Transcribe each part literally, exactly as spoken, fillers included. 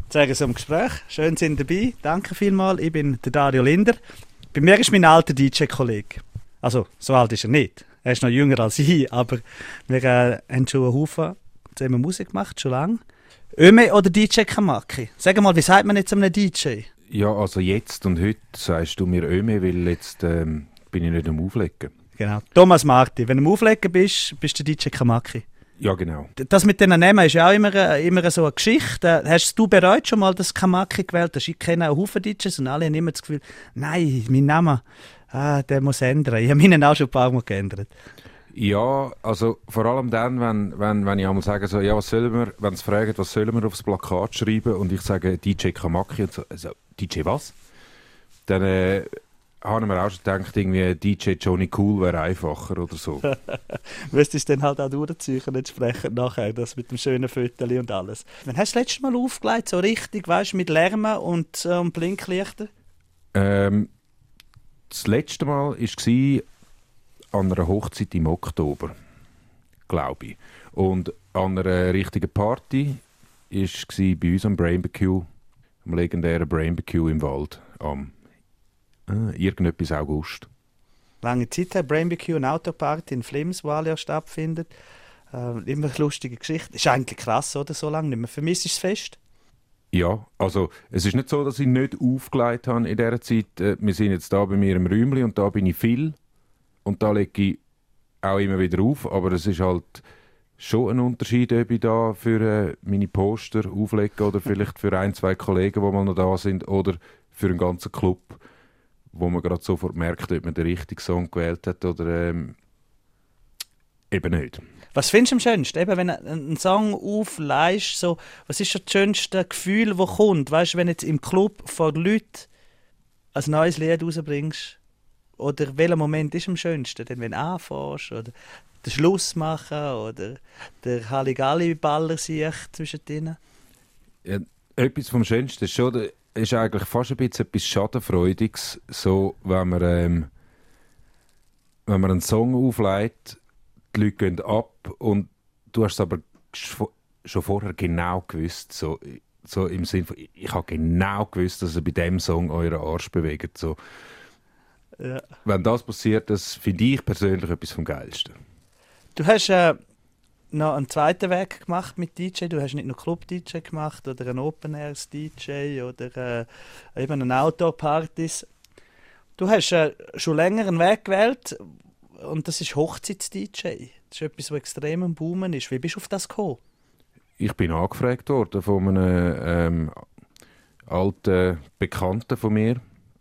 Sagen Sie am Gespräch. Schön sind Sie dabei. Danke vielmals. Ich bin der Dario Linder. Bei mir ist mein alter D J-Kollege. Also, so alt ist er nicht. Er ist noch jünger als ich, aber wir äh, haben schon einen Haufen zusammen Musik gemacht, schon lange. Öme oder D J Kamaki? Sag mal, wie sagt man jetzt einem D J? Ja, also jetzt und heute sagst du mir Öme, weil jetzt ähm, bin ich nicht am Auflegen. Genau. Thomas Marti, wenn du am Auflegen bist, bist du D J Kamaki. Ja, genau. Das mit den Namen ist ja auch immer, immer so eine Geschichte. Hast du bereut schon mal das Kamaki gewählt? Ich kenne auch Haufen D Js und alle haben immer das Gefühl, nein, mein Name, ah, der muss ändern. Ich habe meinen auch schon ein paar Mal geändert. Ja, also vor allem dann, wenn, wenn, wenn ich einmal sage, so, ja, was sollen wir, wenn sie fragen, was sollen wir aufs Plakat schreiben und ich sage D J Kamaki und so, also, D J was? Dann äh, habe ich mir auch schon gedacht, irgendwie D J Johnny Cool wäre einfacher oder so. Müsstest du dann halt auch durchziehen, entsprechend nachher, das mit dem schönen Föteli und alles. Wann hast du das letzte Mal aufgelegt, so richtig, weißt du, mit Lärmen und ähm, Blinklichtern? Ähm, das letzte Mal war an einer Hochzeit im Oktober, glaube ich. Und an einer richtigen Party war bei uns am Brainbarbecue, am legendären Brainbarbecue im Wald, am äh, irgendetwas August. Lange Zeit hat Brainbarbecue eine Autoparty in Flims, wo alle stattfindet. Äh, immer eine lustige Geschichte. Ist eigentlich krass, oder? So lange nicht mehr. Vermisst du das Fest? Ja, also es ist nicht so, dass ich nicht aufgelegt habe in dieser Zeit. Wir sind jetzt da bei mir im Räumchen und da bin ich viel. Und da lege ich auch immer wieder auf. Aber es ist halt schon ein Unterschied, ob ich da für äh, meine Poster auflege oder vielleicht für ein, zwei Kollegen, die mal noch da sind, oder für einen ganzen Club, wo man gerade sofort merkt, ob man den richtigen Song gewählt hat oder ähm, eben nicht. Was findest du am schönsten? Eben, wenn du einen Song auflegst, so, was ist das schönste Gefühl, das kommt? Weißt du, wenn du jetzt im Club vor Leuten ein neues Lied rausbringst, oder welcher Moment ist am schönsten? Denn wenn du anfängst, oder den Schluss machen, oder der Halligalli-Baller sich zwischen denen? Ja, etwas vom Schönsten ist schon, ist eigentlich fast ein bisschen etwas Schadenfreudiges, so, wenn man, ähm, wenn man einen Song auflegt, die Leute gehen ab und du hast es aber schon vorher genau gewusst, so, so im Sinne von, ich habe genau gewusst, dass ihr bei diesem Song euren Arsch bewegt. So. Ja. Wenn das passiert, das finde ich persönlich etwas vom Geilsten. Du hast äh, noch einen zweiten Weg gemacht mit D J. Du hast nicht nur Club-D J gemacht oder einen Open-Airs-D J oder äh, eben eine Outdoor-Partys. Du hast äh, schon länger einen Weg gewählt und das ist Hochzeits-D J. Das ist etwas, was extrem am Boomen ist. Wie bist du auf das gekommen? Ich bin angefragt worden von einem ähm, alten Bekannten von mir,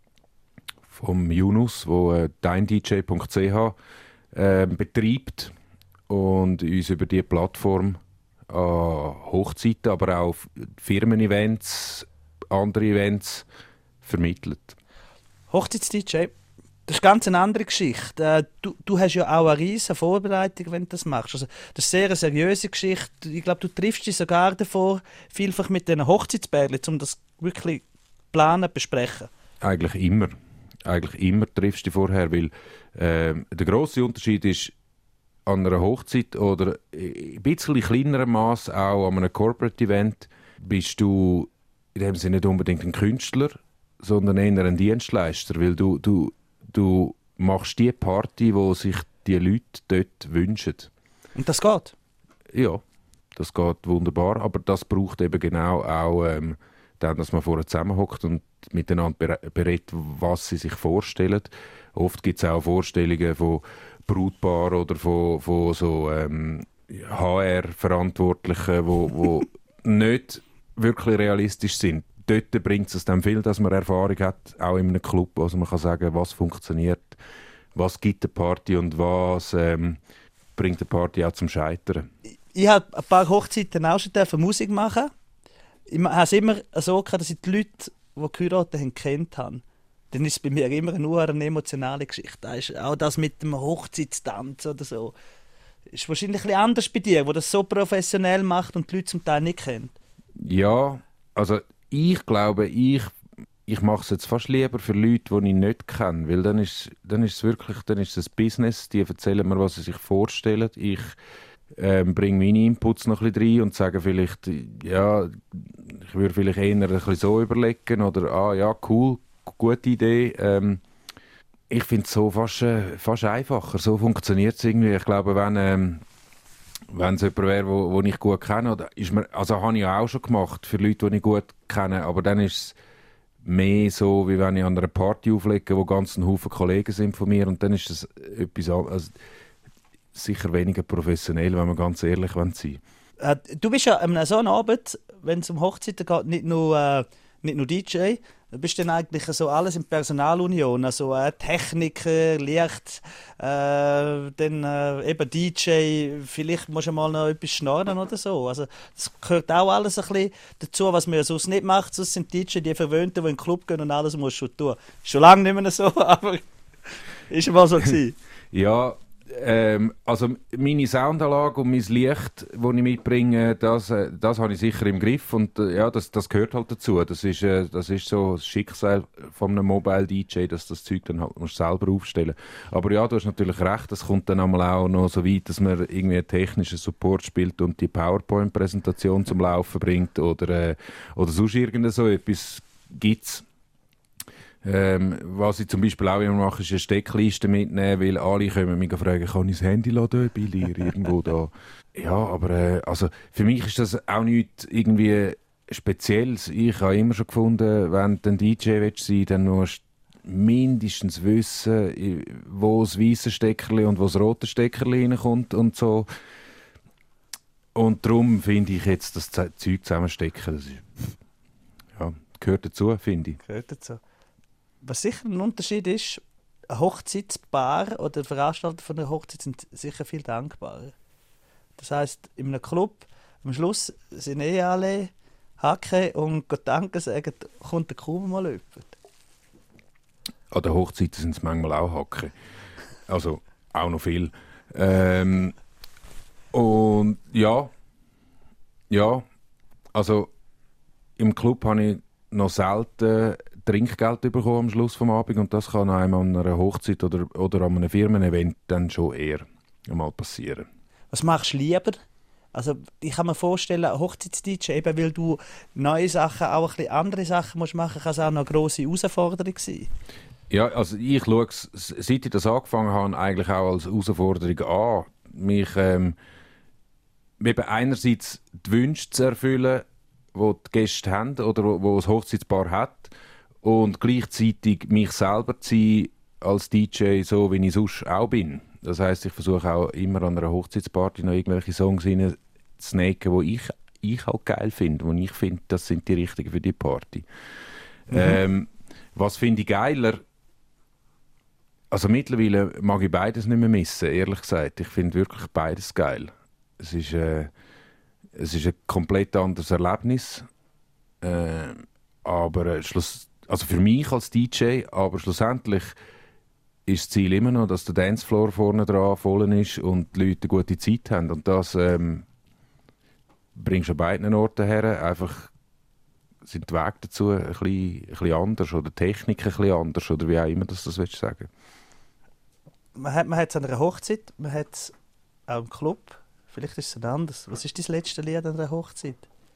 vom Yunus, der äh, dein D J punkt c h äh, betreibt und uns über diese Plattform an Hochzeiten, aber auch Firmen-Events, andere Events vermittelt. Hochzeits-D J, das ist ganz eine andere Geschichte. Äh, du, du hast ja auch eine riesige Vorbereitung, wenn du das machst. Also, das ist eine sehr seriöse Geschichte. Ich glaube, du triffst dich sogar davor, vielfach mit diesen Hochzeitsbärchen, um das wirklich planen, besprechen. Eigentlich immer. Eigentlich immer triffst du dich vorher, weil äh, der grosse Unterschied ist, an einer Hochzeit oder in ein bisschen kleinerem Maß auch an einem Corporate-Event bist du in dem Sinne nicht unbedingt ein Künstler, sondern eher ein Dienstleister, weil du, du, du machst die Party, die sich die Leute dort wünschen. Und das geht? Ja, das geht wunderbar, aber das braucht eben genau auch ähm, dann, dass man vorher zusammenhockt und miteinander berät, was sie sich vorstellen. Oft gibt es auch Vorstellungen von Brautpaar oder von, von so ähm, H R-Verantwortlichen, wo, wo nicht wirklich realistisch sind. Dort bringt es dann viel, dass man Erfahrung hat, auch in einem Club. Also man kann sagen, was funktioniert, was gibt eine Party und was ähm, bringt eine Party auch zum Scheitern. Ich, ich habe ein paar Hochzeiten auch schon Musik machen. Ich habe es immer so gehabt, dass ich die Leute, die geheiratet haben, kennt habe. Dann ist es bei mir immer nur eine emotionale Geschichte. Da ist auch das mit dem Hochzeitstanz oder so. Ist wahrscheinlich ein bisschen anders bei dir, wo das so professionell macht und die Leute zum Teil nicht kennen. Ja, also ich glaube, ich, ich mache es jetzt fast lieber für Leute, die ich nicht kenne, weil dann ist, dann ist es wirklich, dann ist es ein Business, die erzählen mir, was sie sich vorstellen. Ich ähm, bringe meine Inputs noch ein bisschen rein und sage vielleicht, ja, ich würde vielleicht eher ein bisschen so überlegen oder, ah ja, cool, gute Idee. Ähm, ich finde es so fast, äh, fast einfacher, so funktioniert es irgendwie. Ich glaube, wenn... Ähm, Wenn es jemand wäre, wo, wo ich gut kenne, oder ist mir, also habe ich ja auch schon gemacht für Leute, die ich gut kenne, aber dann ist es mehr so, wie wenn ich an einer Party auflege, wo ganz ein Haufen Kollegen sind von mir und dann ist es etwas an- also sicher weniger professionell, wenn wir ganz ehrlich sein wollen. Äh, du bist ja an so einer Abend, wenn es um Hochzeiten geht, nicht nur, äh, nicht nur D J, du bist dann eigentlich so alles in Personalunion, also äh, Techniker, Licht, äh, dann äh, eben D J, vielleicht musst du mal noch etwas schnorren oder so. Also das gehört auch alles ein bisschen dazu, was man ja sonst nicht macht. Sonst sind D J die Verwöhnten, die in den Club gehen und alles musst du tun. Schon lange nicht mehr so, aber ist mal so gewesen. Ja, ähm, also meine Soundanlage und mein Licht, das ich mitbringe, das, äh, das habe ich sicher im Griff und äh, ja, das, das gehört halt dazu. Das ist, äh, das ist so das Schicksal von einem Mobile-D J, dass das Zeug dann halt musst selber aufstellen. Aber ja, du hast natürlich recht, es kommt dann einmal auch noch so weit, dass man irgendwie einen technischen Support spielt und die PowerPoint-Präsentation zum Laufen bringt oder, äh, oder sonst irgend so etwas gibt's. Ähm, was ich zum Beispiel auch immer mache, ist eine Steckliste mitnehmen, weil alle kommen mich fragen, kann ich das Handy laden bei dir irgendwo da? Ja, aber äh, also für mich ist das auch nichts irgendwie Spezielles. Ich habe immer schon gefunden, wenn du ein D J willst sein, dann musst du mindestens wissen, wo das weiße Steckerli und wo das rote Steckerli reinkommt und so. Und darum finde ich jetzt das Zeug zusammenstecken, das ist, ja, gehört dazu, finde ich. Gehört dazu. Was sicher ein Unterschied ist, ein Hochzeitspaar oder Veranstalter von einer Hochzeit sind sicher viel dankbarer. Das heisst, in einem Club, am Schluss sind eh alle Hacken und Gott danke sagen, kommt der kaum mal jemand. An der Hochzeit sind es manchmal auch Hacken. Also auch noch viel. Ähm, und ja, ja, also im Club habe ich noch selten Trinkgeld bekommen am Schluss des Abends und das kann einem an einer Hochzeit oder, oder an einem Firmen-Event dann schon eher einmal passieren. Was machst du lieber? Also ich kann mir vorstellen, ein Hochzeits-D J, eben weil du neue Sachen, auch ein bisschen andere Sachen musst machen, kann es auch noch eine grosse Herausforderung sein. Ja, also ich schaue es, seit ich das angefangen habe, eigentlich auch als Herausforderung an, mich ähm, eben einerseits die Wünsche zu erfüllen, die die Gäste haben oder wo, wo das Hochzeitspaar hat, und gleichzeitig mich selber zu sein als D J, so wie ich sonst auch bin. Das heisst, ich versuche auch immer an einer Hochzeitsparty noch irgendwelche Songs rein zu snacken, die ich, ich auch geil finde, wo ich finde, das sind die richtigen für die Party. Mhm. Ähm, was finde ich geiler? Also mittlerweile mag ich beides nicht mehr missen, ehrlich gesagt. Ich finde wirklich beides geil. Es ist, äh, es ist ein komplett anderes Erlebnis. Äh, aber äh, Schluss Also für mich als D J, aber schlussendlich ist das Ziel immer noch, dass der Dancefloor vorne dran voll ist und die Leute eine gute Zeit haben. Und das ähm, bringst du an beiden Orten her. Einfach sind die Wege dazu ein bisschen, ein bisschen anders oder die Technik ein bisschen anders oder wie auch immer das, das willst du sagen. Man hat, man hat es an einer Hochzeit, man hat es auch im Club. Vielleicht ist es anders. Was ist dein letzte Lied an einer Hochzeit?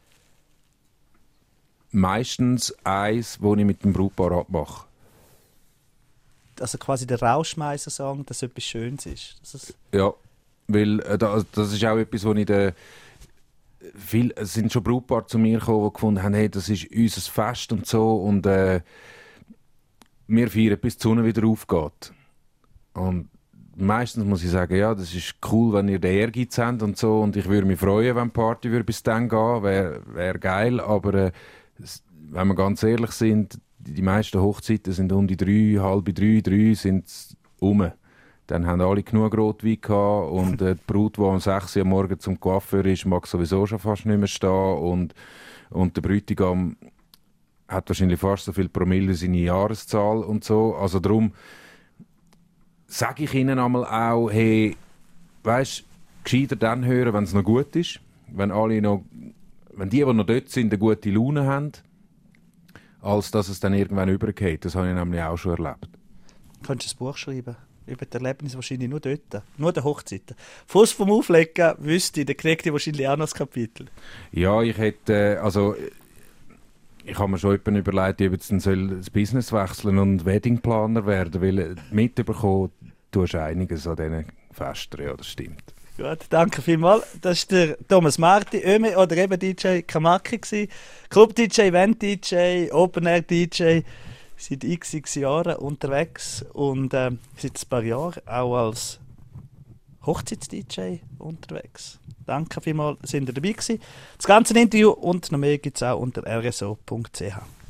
Meistens eins, das ich mit dem Brautpaar abmache. Also quasi der Rauschmeißer-Song, dass etwas Schönes ist. Das ist ja, weil äh, das, das ist auch etwas, wo ich de, viel, es sind schon Brautpaare zu mir gekommen, die gefunden haben, hey, das ist unser Fest und so und äh, wir feiern, bis die Sonne wieder aufgeht. Und meistens muss ich sagen, ja, das ist cool, wenn ihr den Ehrgeiz habt und so und ich würde mich freuen, wenn die Party würde bis dann gehen, wäre wär geil, aber äh, wenn wir ganz ehrlich sind, die meisten Hochzeiten sind um die drei, halb drei, drei sind um. Dann haben alle genug Rotwein gehabt und äh, die Braut, die um sechs Uhr am Morgen zum Coiffeur ist, mag sowieso schon fast nicht mehr stehen und, und der Bräutigam hat wahrscheinlich fast so viel Promille wie seine Jahreszahl und so. Also darum sage ich ihnen einmal auch, hey, weisst, gescheiter dann hören, wenn es noch gut ist, wenn alle noch, wenn die, die noch dort sind, eine gute Laune haben, als dass es dann irgendwann übergeht. Das habe ich nämlich auch schon erlebt. Könntest du ein Buch schreiben? über das Erlebnis wahrscheinlich nur dort. Nur der Hochzeiten. Fuss vom Auflegen wüsste ich, dann kriegt ihr wahrscheinlich auch noch das Kapitel. Ja, ich hätte, also ich habe mir schon jemanden überlegt, ob ich jetzt dann soll das Business wechseln und Weddingplaner werden, weil mitbekommen tust du einiges an diesen Festen, ja, das stimmt. Gut, danke vielmals. Das war der Thomas Marti, Öme oder eben D J Kamaki gewesen. Club-D J, Event-D J, Open-Air-D J. Seit x, x Jahren unterwegs und äh, seit ein paar Jahren auch als Hochzeits-D J unterwegs. Danke vielmals, sind ihr dabei gewesen. Das ganze Interview und noch mehr gibt es auch unter r s o punkt c h.